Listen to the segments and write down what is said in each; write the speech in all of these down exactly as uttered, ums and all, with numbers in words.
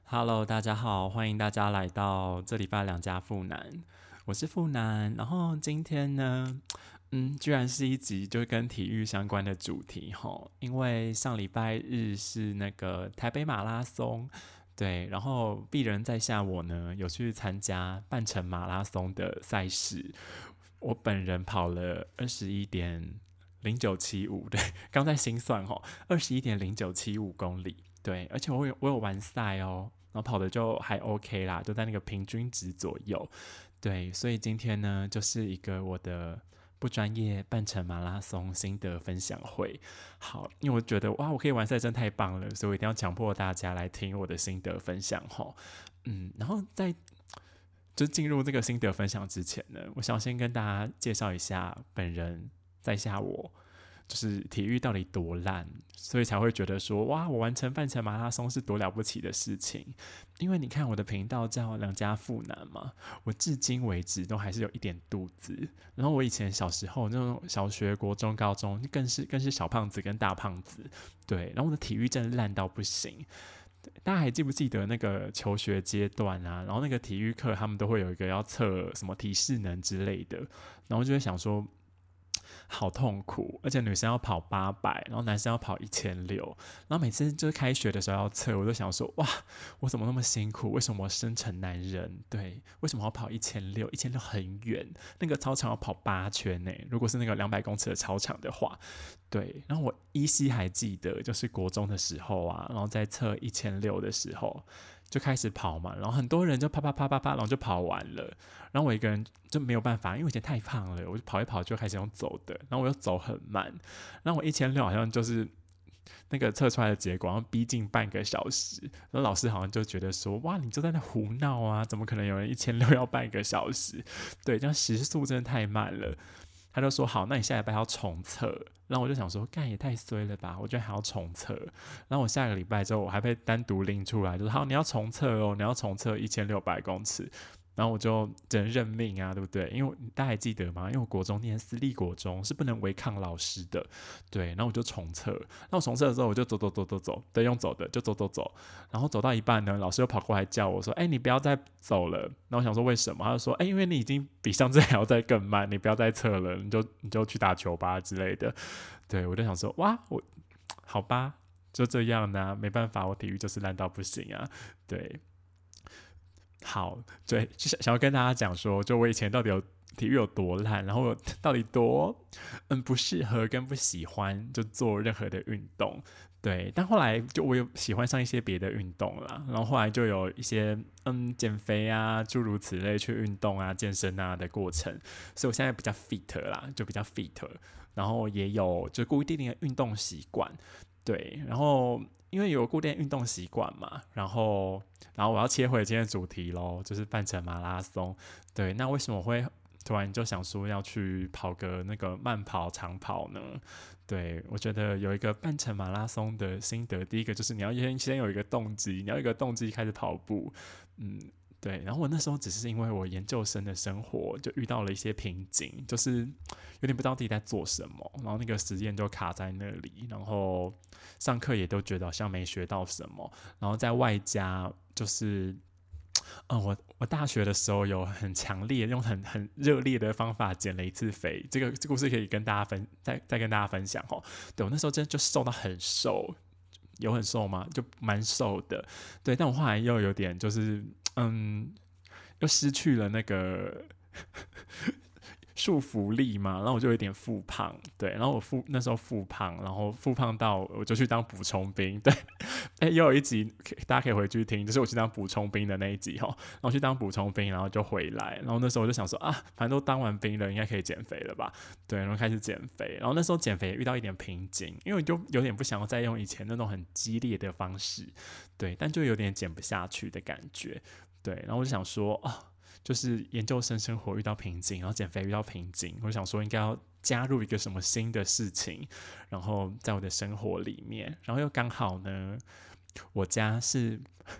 Hello，大家好，欢迎大家来到这礼拜两家富男，我是富男。然后今天呢，嗯，居然是一集就跟体育相关的主题吼，因为上礼拜日是那个台北马拉松，对，然后鄙人在下我呢有去参加半程马拉松的赛事，我本人跑了二十一点零九七五，对，刚在心算吼，二十一点零九七五公里。对，而且我有我有完赛哦，然后跑的就还 OK 啦，就在那个平均值左右。对，所以今天呢，就是一个我的不专业半程马拉松心得分享会。好，因为我觉得哇，我可以完赛真太棒了，所以我一定要强迫大家来听我的心得分享吼。嗯，然后在就进入这个心得分享之前呢，我想先跟大家介绍一下本人在下我。就是体育到底多烂，所以才会觉得说哇，我完成半程马拉松是多了不起的事情。因为你看我的频道叫良家富男嘛，我至今为止都还是有一点肚子。然后我以前小时候那种小学、国中、高中更是更是小胖子跟大胖子，对。然后我的体育真的烂到不行。大家还记不记得那个求学阶段啊？然后那个体育课他们都会有一个要测什么体适能之类的，然后就会想说。好痛苦，而且女生要跑八百，然后男生要跑一千六，然后每次就是开学的时候要测，我就想说，哇，我怎么那么辛苦？为什么我生成男人？对，为什么要跑一千六？一千六很远，那个操场要跑八圈呢。如果是那个两百公尺的操场的话，对。然后我依稀还记得，就是国中的时候啊，然后在测一千六的时候。就开始跑嘛，然后很多人就啪啪啪啪啪，然后就跑完了，然后我一个人就没有办法，因为我以前太胖了，我就跑一跑就开始用走的，然后我又走很慢，然后我一千六好像就是那个测出来的结果，然后逼近半个小时，然后老师好像就觉得说，哇，你就在那胡闹啊，怎么可能有人一千六要半个小时？对，这样时速真的太慢了。他就说好，那你下礼拜要重测，然后我就想说，干也太衰了吧，我居然还要重测。然后我下个礼拜之后，我还被单独拎出来，就是好，你要重测哦，你要重测一千六百公尺。然后我就只能认命啊，对不对？因为大家还记得吗？因为我国中念私立国中是不能违抗老师的，对。然后我就重测，然后重测的时候我就走走走走走，对，用走的就走走走，然后走到一半呢，老师又跑过来叫我说：“哎、欸，你不要再走了。”然后我想说为什么？他就说：“哎、欸，因为你已经比上次还要再更慢，你不要再测了，你就你就去打球吧之类的。”对，我就想说哇，我好吧，就这样呢、啊，没办法，我体育就是烂到不行啊，对。好，对，就想要跟大家讲说，就我以前到底有体育有多烂，然后我到底多嗯不适合跟不喜欢就做任何的运动，对。但后来就我有喜欢上一些别的运动啦，然后后来就有一些嗯减肥啊诸如此类去运动啊健身啊的过程，所以我现在比较 fit 啦，就比较 fit，然后也有就固定的运动习惯，对，然后。因为有固定运动习惯嘛，然后，然后我要切回今天的主题咯，就是半程马拉松。对，那为什么我会突然就想说要去跑个那个慢跑、长跑呢？对，我觉得有一个半程马拉松的心得，第一个就是你要先先有一个动机，你要有一个动机开始跑步，嗯。对，然后我那时候只是因为我研究生的生活就遇到了一些瓶颈，就是有点不知道自己在做什么，然后那个实验就卡在那里，然后上课也都觉得好像没学到什么，然后在外加就是，嗯，我我大学的时候有很强烈用很很热烈的方法减了一次肥，这个这个故事可以跟大家分再再跟大家分享哦。对我那时候真的就瘦到很瘦。有很瘦吗？就蛮瘦的，对，但我后来又有点就是，嗯，又失去了那个束缚力嘛，然后我就有点复胖，对，然后我复那时候复胖，然后复胖到我就去当补充兵，对，哎，又有一集大家可以回去听，就是我去当补充兵的那一集哈，然后去当补充兵，然后就回来，然后那时候我就想说啊，反正都当完兵了，应该可以减肥了吧，对，然后开始减肥，然后那时候减肥遇到一点瓶颈，因为我就有点不想要再用以前那种很激烈的方式，对，但就有点减不下去的感觉，对，然后我就想说啊。就是研究生生活遇到瓶颈，然后减肥遇到瓶颈，我想说应该要加入一个什么新的事情，然后在我的生活里面，然后又刚好呢，我家是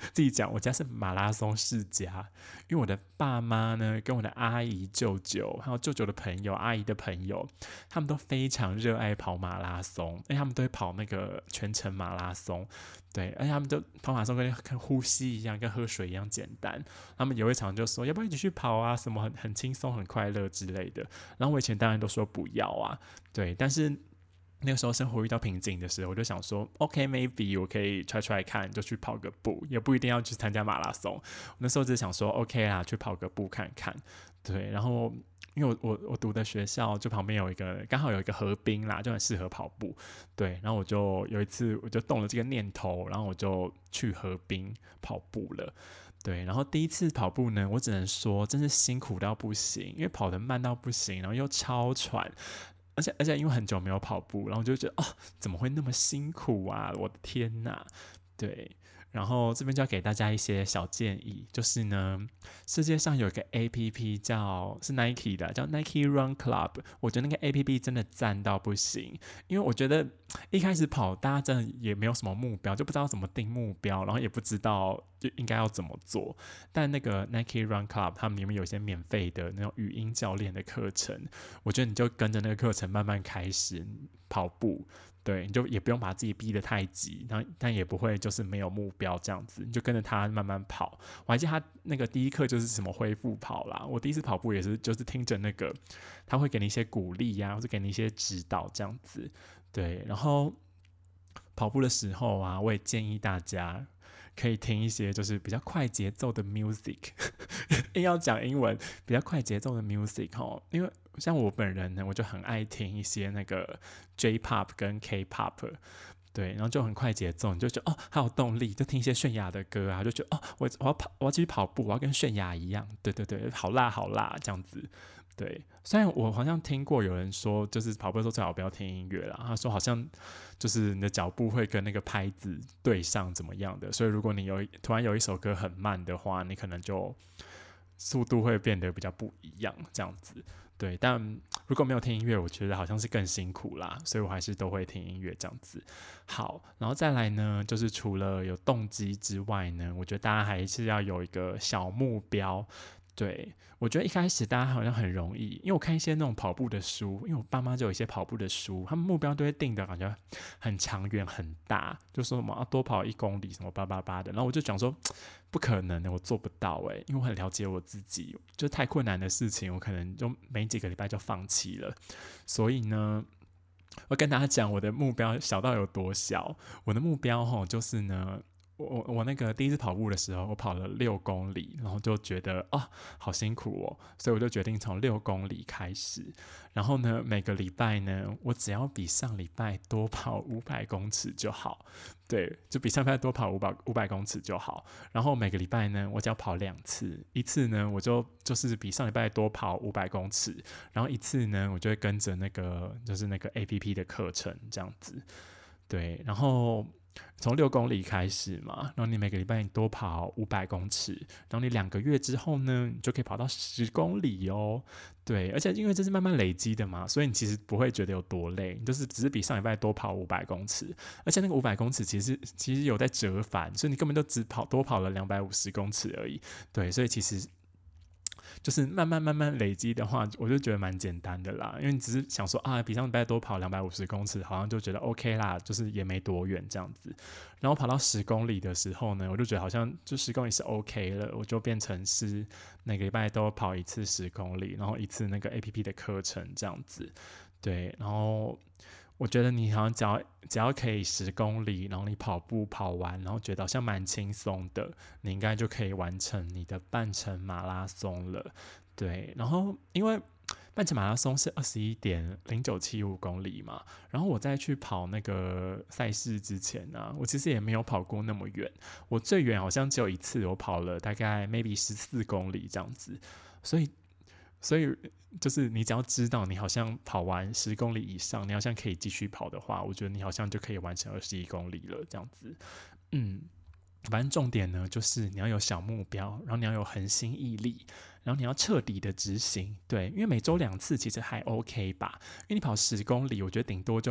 自己讲，我家是马拉松世家，因为我的爸妈呢，跟我的阿姨、舅舅，还有舅舅的朋友、阿姨的朋友，他们都非常热爱跑马拉松，而且他们都会跑那个全程马拉松，对，而且他们就跑马拉松跟跟呼吸一样，跟喝水一样简单。他们有一场就说要不要一起去跑啊，什么很很轻松、很快乐之类的。然后我以前当然都说不要啊，对，但是那个时候生活遇到瓶颈的时候，我就想说 OK maybe 我可以 try try 看，就去跑个步，也不一定要去参加马拉松。我那时候只想说 OK 啦，去跑个步看看，对，然后因为我我我读的学校就旁边有一个刚好有一个河滨啦，就很适合跑步，对，然后我就有一次我就动了这个念头，然后我就去河滨跑步了。对，然后第一次跑步呢，我只能说真是辛苦到不行，因为跑得慢到不行，然后又超喘，而且而且因为很久没有跑步，然后我就觉得哦，怎么会那么辛苦啊？我的天哪！对，然后这边就要给大家一些小建议，就是呢，世界上有一个 A P P 叫是 Nike 的，叫 Nike Run Club， 我觉得那个 A P P 真的赞到不行，因为我觉得一开始跑，大家真的也没有什么目标，就不知道怎么定目标，然后也不知道就应该要怎么做。但那个 Nike Run Club 他们里面有一些免费的那种语音教练的课程，我觉得你就跟着那个课程慢慢开始跑步。对，你就也不用把自己逼得太急，但也不会就是没有目标这样子，你就跟着他慢慢跑。我还记得他那个第一课就是什么恢复跑啦，我第一次跑步也是就是听着那个，他会给你一些鼓励呀、啊，或者给你一些指导这样子。对，然后跑步的时候啊，我也建议大家可以听一些就是比较快节奏的 music， 硬要讲英文，比较快节奏的 music 哦，因为像我本人呢，我就很爱听一些那个 J-pop 跟 K-pop， 对，然后就很快节奏，你就觉得哦，还有动力，就听一些泫雅的歌啊，就觉得哦，我我要跑，我要继续跑步，我要跟泫雅一样，对对对，好辣好辣这样子。对，虽然我好像听过有人说，就是跑步的时候最好不要听音乐啦。他说好像就是你的脚步会跟那个拍子对上怎么样的，所以如果你有突然有一首歌很慢的话，你可能就速度会变得比较不一样这样子。对，但如果没有听音乐，我觉得好像是更辛苦啦，所以我还是都会听音乐这样子。好，然后再来呢，就是除了有动机之外呢，我觉得大家还是要有一个小目标。对，我觉得一开始大家好像很容易，因为我看一些那种跑步的书，因为我爸妈就有一些跑步的书，他们目标都会定的感觉很长远很大，就说什么、啊、多跑一公里什么八八八的，然后我就讲说不可能的，我做不到哎、欸，因为我很了解我自己，就太困难的事情，我可能就没几个礼拜就放弃了，所以呢。我跟大家讲我的目标小到有多小，我的目标吼就是呢，我我那个第一次跑步的时候，我跑了六公里，然后就觉得啊好辛苦哦，所以我就决定从六公里开始，然后呢每个礼拜呢，我只要比上礼拜多跑五百公尺就好，对，就比上礼拜多跑五百五百公尺就好，然后每个礼拜呢，我只要跑两次，一次呢我就就是比上礼拜多跑五百公尺，然后一次呢我就会跟着那个就是那个 A P P 的课程这样子，对，然后。从六公里开始嘛，然后你每个礼拜你多跑五百公尺，然后你两个月之后呢，你就可以跑到十公里哦。对，而且因为这是慢慢累积的嘛，所以你其实不会觉得有多累，你就是只是比上礼拜多跑五百公尺，而且那个五百公尺其实其实有在折返，所以你根本就只跑多跑了两百五十公尺而已。对，所以其实。就是慢慢慢慢累积的话，我就觉得蛮简单的啦，因为你只是想说啊，比上礼拜多跑两百五十公尺，好像就觉得 OK 啦，就是也没多远这样子。然后跑到十公里的时候呢，我就觉得好像就十公里是 OK 了，我就变成是每个礼拜都跑一次十公里，然后一次那个 A P P 的课程这样子。对，然后。我觉得你好像只要只要可以十公里，然后你跑步跑完，然后觉得好像蛮轻松的，你应该就可以完成你的半程马拉松了。对，然后因为半程马拉松是二十一点零九七五公里嘛，然后我在去跑那个赛事之前呢、啊，我其实也没有跑过那么远，我最远好像只有一次，我跑了大概 maybe 十四公里这样子，所以。所以就是你只要知道你好像跑完十公里以上，你好像可以继续跑的话，我觉得你好像就可以完成二十一公里了这样子。嗯，反正重点呢就是你要有小目标，然后你要有恒心毅力，然后你要彻底的执行。对，因为每周两次其实还 OK 吧，因为你跑十公里，我觉得顶多就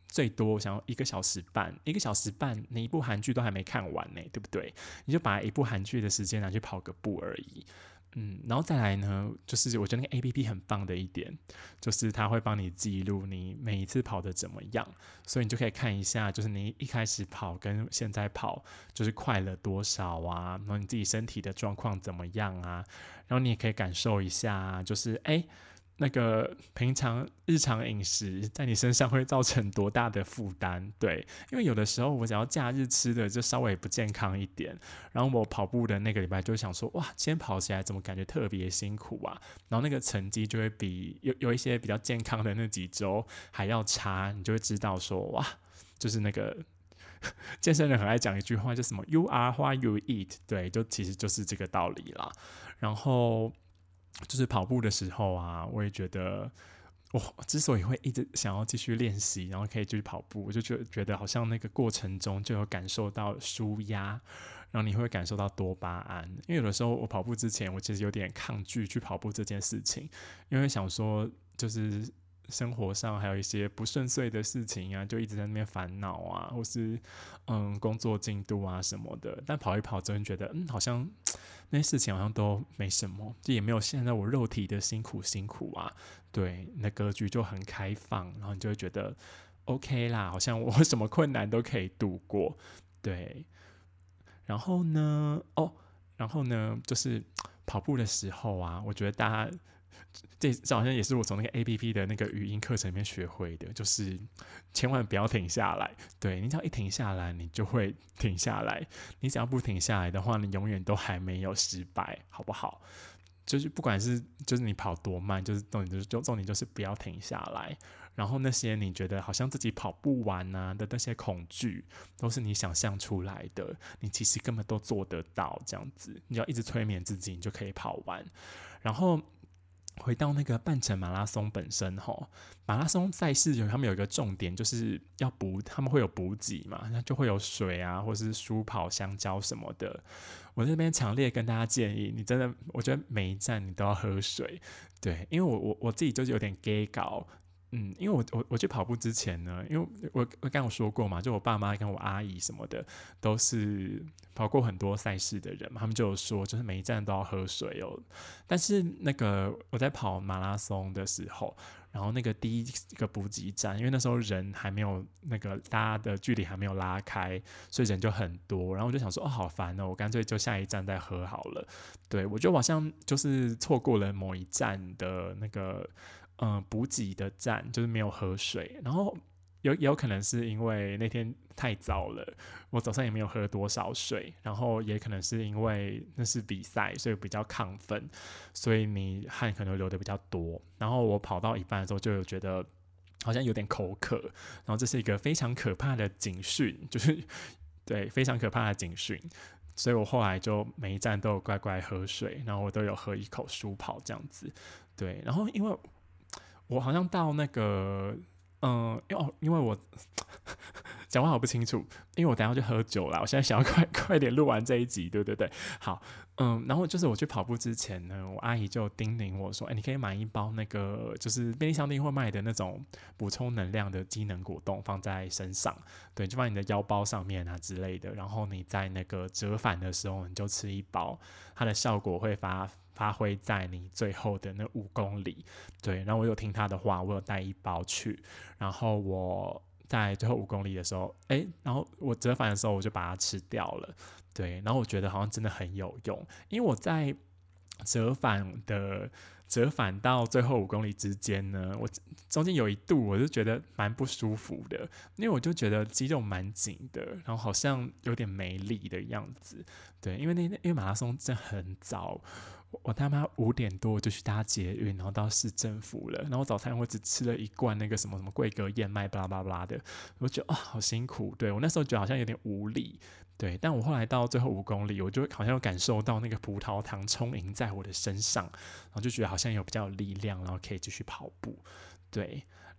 最多我想要一个小时半，一个小时半你一部韩剧都还没看完呢，对不对？你就把一部韩剧的时间拿去跑个步而已。嗯，然后再来呢，就是我觉得那个 A P P 很棒的一点，就是它会帮你记录你每一次跑的怎么样，所以你就可以看一下，就是你一开始跑跟现在跑，就是快了多少啊，然后你自己身体的状况怎么样啊，然后你也可以感受一下，就是哎。那个平常日常饮食在你身上会造成多大的负担？对，因为有的时候我只要假日吃的就稍微不健康一点，然后我跑步的那个礼拜就想说，哇，今天跑起来怎么感觉特别辛苦啊？然后那个成绩就会比有有一些比较健康的那几周还要差，你就会知道说，哇，就是那个健身人很爱讲一句话，就什么 "You are what you eat"， 对，就其实就是这个道理啦。然后就是跑步的时候啊，我也觉得。我之所以会一直想要继续练习，然后可以继续跑步，我就觉得觉得好像那个过程中就有感受到舒压，然后你会感受到多巴胺。因为有的时候我跑步之前，我其实有点抗拒去跑步这件事情，因为想说就是生活上还有一些不顺遂的事情啊，就一直在那边烦恼啊，或是嗯工作进度啊什么的。但跑一跑，真的觉得嗯好像那些事情好像都没什么，就也没有现在我肉体的辛苦辛苦啊。对，你的格局就很开放，然后你就会觉得 OK 啦，好像我什么困难都可以度过。对，然后呢，哦，然后呢，就是跑步的时候啊，我觉得大家这这好像也是我从那个 A P P 的那个语音课程里面学会的，就是千万不要停下来。对，你只要一停下来，你就会停下来。你只要不停下来的话，你永远都还没有失败，好不好？就是不管是就是你跑多慢，就是重点就是重点就是不要停下来。然后那些你觉得好像自己跑不完啊的那些恐惧，都是你想象出来的，你其实根本都做得到。这样子，你要一直催眠自己，你就可以跑完。然后回到那个半程马拉松本身吼，马拉松赛事有他们有一个重点，就是要补，他们会有补给嘛，那就会有水啊，或是舒跑、香蕉什么的。我这边强烈跟大家建议，你真的，我觉得每一站你都要喝水，对，因为我我我自己就是有点 gay 搞。嗯，因为我我我去跑步之前呢，因为我我刚刚有说过嘛，就我爸妈跟我阿姨什么的都是跑过很多赛事的人嘛，他们就有说，就是每一站都要喝水哦。但是那个我在跑马拉松的时候，然后那个第一个补给站，因为那时候人还没有那个大家的距离还没有拉开，所以人就很多。然后我就想说，哦，好烦哦，我干脆就下一站再喝好了。对，我觉得我好像就是错过了某一站的那个。嗯，补给的站就是没有喝水，然后有也有可能是因为那天太早了，我早上也没有喝多少水，然后也可能是因为那是比赛，所以比较亢奋，所以你汗可能流的比较多。然后我跑到一半的时候就有觉得好像有点口渴，然后这是一个非常可怕的警讯，就是对非常可怕的警讯。所以我后来就每一站都有乖乖喝水，然后我都有喝一口舒跑这样子。对，然后因为我好像到那个，嗯，因为哦，因为我讲话好不清楚，因为我等一下要去喝酒啦。我现在想要快快点录完这一集，对对对，好，嗯，然后就是我去跑步之前呢，我阿姨就叮咛我说，哎、欸，你可以买一包那个就是便利商店会卖的那种补充能量的机能果冻放在身上，对，就放你的腰包上面啊之类的，然后你在那个折返的时候你就吃一包，它的效果会发。发挥在你最后的那五公里，对，然后我有听他的话，我有带一包去，然后我在最后五公里的时候，哎，然后我折返的时候我就把它吃掉了，对，然后我觉得好像真的很有用，因为我在折返的折返到最后五公里之间呢，我中间有一度我就觉得蛮不舒服的，因为我就觉得肌肉蛮紧的，然后好像有点没力的样子，对，因为那因为马拉松真的很早。我他妈五点多就去搭捷运，然后到市政府了。然后早餐我只吃了一罐那个什么什么桂格燕麦，巴拉巴拉的。我觉得啊、哦，好辛苦。对，我那时候觉得好像有点无力。对，但我后来到最后五公里，我就好像有感受到那个葡萄糖充盈在我的身上，然后就觉得好像有比较有力量，然后可以继续跑步。对，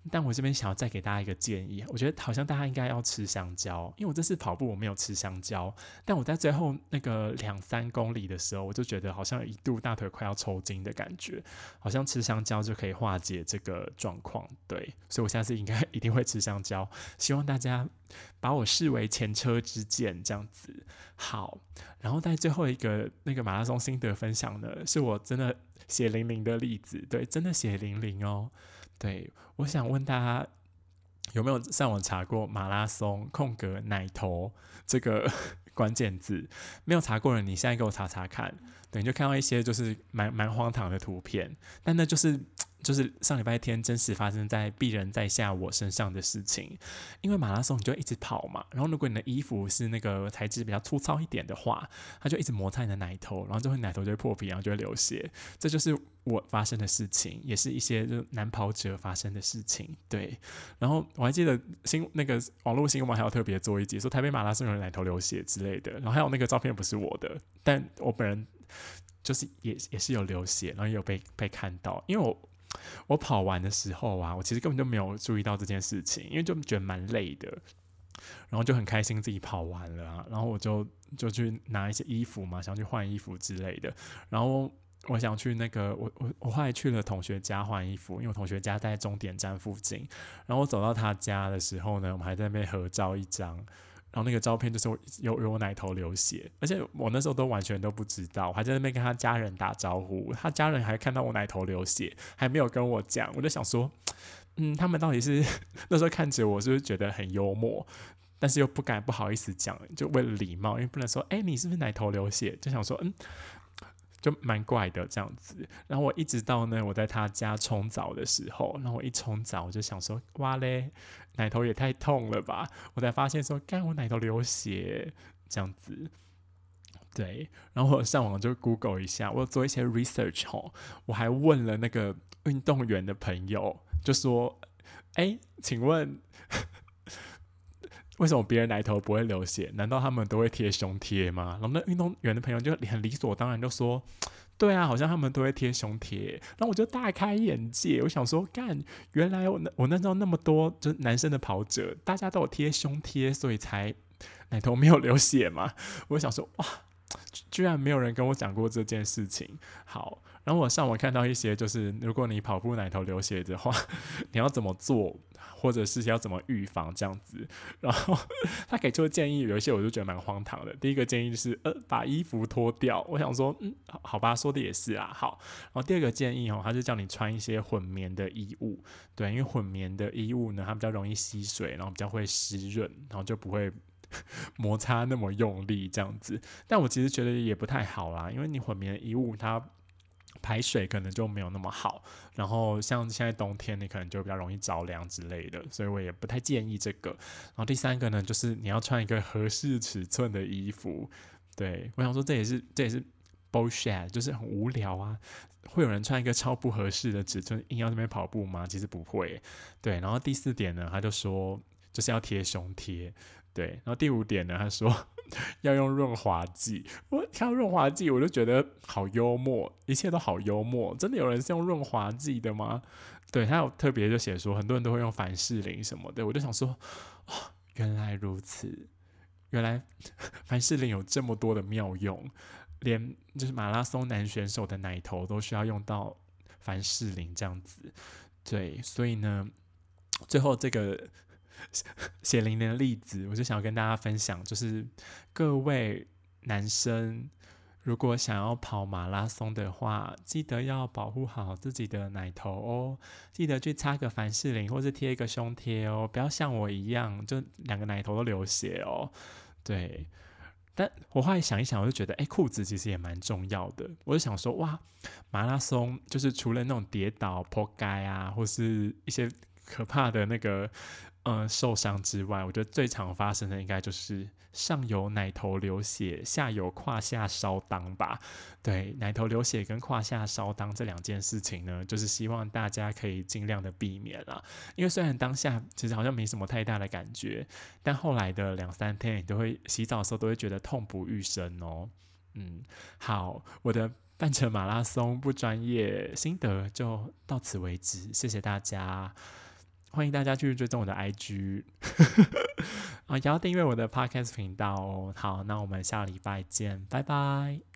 但我这边想要再给大家一个建议，我觉得好像大家应该要吃香蕉，因为我这次跑步我没有吃香蕉，但我在最后那个两三公里的时候，我就觉得好像一度大腿快要抽筋的感觉，好像吃香蕉就可以化解这个状况，对，所以我下次应该一定会吃香蕉，希望大家把我视为前车之鉴这样子。好，然后在最后一个那个马拉松心得分享呢，是我真的血淋淋的例子，对，真的血淋淋哦。对，我想问大家有没有上网查过马拉松空格奶头这个关键字？没有查过的，你现在给我查查看。对，你就看到一些就是蛮蛮荒唐的图片，但那就是就是上礼拜天真实发生在鄙人在下我身上的事情。因为马拉松你就一直跑嘛，然后如果你的衣服是那个材质比较粗糙一点的话，它就一直摩擦你的奶头，然后就会奶头就会破皮，然后就会流血。这就是我发生的事情，也是一些就男跑者发生的事情。对，然后我还记得新那个网络新闻还有特别做一集，说台北马拉松有人奶头流血之类的，然后还有那个照片不是我的，但我本人就是也也是有流血，然后也有被被看到，因为我。我跑完的时候啊，我其实根本就没有注意到这件事情，因为就觉得蛮累的，然后就很开心自己跑完了啊，然后我就就去拿一些衣服嘛，想去换衣服之类的，然后我想去那个我我我后来去了同学家换衣服，因为我同学家在终点站附近，然后我走到他家的时候呢，我们还在那边合照一张。然后那个照片就是有有我奶头流血，而且我那时候都完全都不知道，我还在那边跟他家人打招呼，他家人还看到我奶头流血，还没有跟我讲，我就想说，嗯，他们到底是那时候看着我是不是觉得很幽默，但是又不敢不好意思讲，就为了礼貌，因为不能说，哎，你是不是奶头流血？就想说，嗯。就蛮怪的这样子，然后我一直到呢，我在他家冲澡的时候，然后我一冲澡，我就想说，哇嘞，奶头也太痛了吧！我才发现说，干我奶头流血这样子，对，然后我上网就 Google 一下，我有做一些 research 吼，我还问了那个运动员的朋友，就说，哎，请问为什么别人奶头不会流血？难道他们都会贴胸贴吗？然后那运动员的朋友就很理所当然就说：“对啊，好像他们都会贴胸贴。”然后我就大开眼界，我想说，干，原来我那我那时候那么多就是男生的跑者，大家都有贴胸贴，所以才奶头没有流血嘛。我想说，哇，居然没有人跟我讲过这件事情。好，然后我上网看到一些，就是如果你跑步奶头流血的话，你要怎么做？或者是要怎么预防这样子，然后他给出的建议有一些我就觉得蛮荒唐的。第一个建议就是呃把衣服脱掉，我想说嗯好吧，说的也是啊，好。然后第二个建议哦，他就叫你穿一些混棉的衣物，对，因为混棉的衣物呢，它比较容易吸水，然后比较会湿润，然后就不会摩擦那么用力这样子。但我其实觉得也不太好啦，因为你混棉的衣物它排水可能就没有那么好，然后像现在冬天你可能就比较容易着凉之类的，所以我也不太建议这个。然后第三个呢，就是你要穿一个合适尺寸的衣服。对，我想说这也是这也是 bullshit， 就是很无聊啊。会有人穿一个超不合适的尺寸硬要那边跑步吗？其实不会。对，然后第四点呢，他就说就是要贴胸贴。对，然后第五点呢，他说要用润滑剂。我看到润滑剂，我就觉得好幽默，一切都好幽默。真的有人是用润滑剂的吗？对，他有特别就写说，很多人都会用凡士林什么的。我就想说，哦，原来如此，原来凡士林有这么多的妙用，连就是马拉松男选手的奶头都需要用到凡士林这样子。对，所以呢，最后这个血淋淋的例子，我就想要跟大家分享，就是各位男生如果想要跑马拉松的话，记得要保护好自己的奶头哦，记得去擦个凡士林或是贴一个胸贴哦，不要像我一样，就两个奶头都流血哦。对，但我后来想一想，我就觉得，哎，裤子其实也蛮重要的。我就想说，哇，马拉松就是除了那种跌倒、破街啊，或是一些可怕的那个呃受伤之外，我觉得最常发生的应该就是上有奶头流血，下有胯下烧裆吧。对，奶头流血跟胯下烧裆这两件事情呢，就是希望大家可以尽量的避免啦。因为虽然当下其实好像没什么太大的感觉，但后来的两三天你都会洗澡的时候都会觉得痛不欲生哦。嗯，好，我的半程马拉松不专业心得就到此为止，谢谢大家。 欢迎大家去追踪我的 I G 啊，也要订阅我的 Podcast 频道哦。好，那我们下礼拜见，拜拜。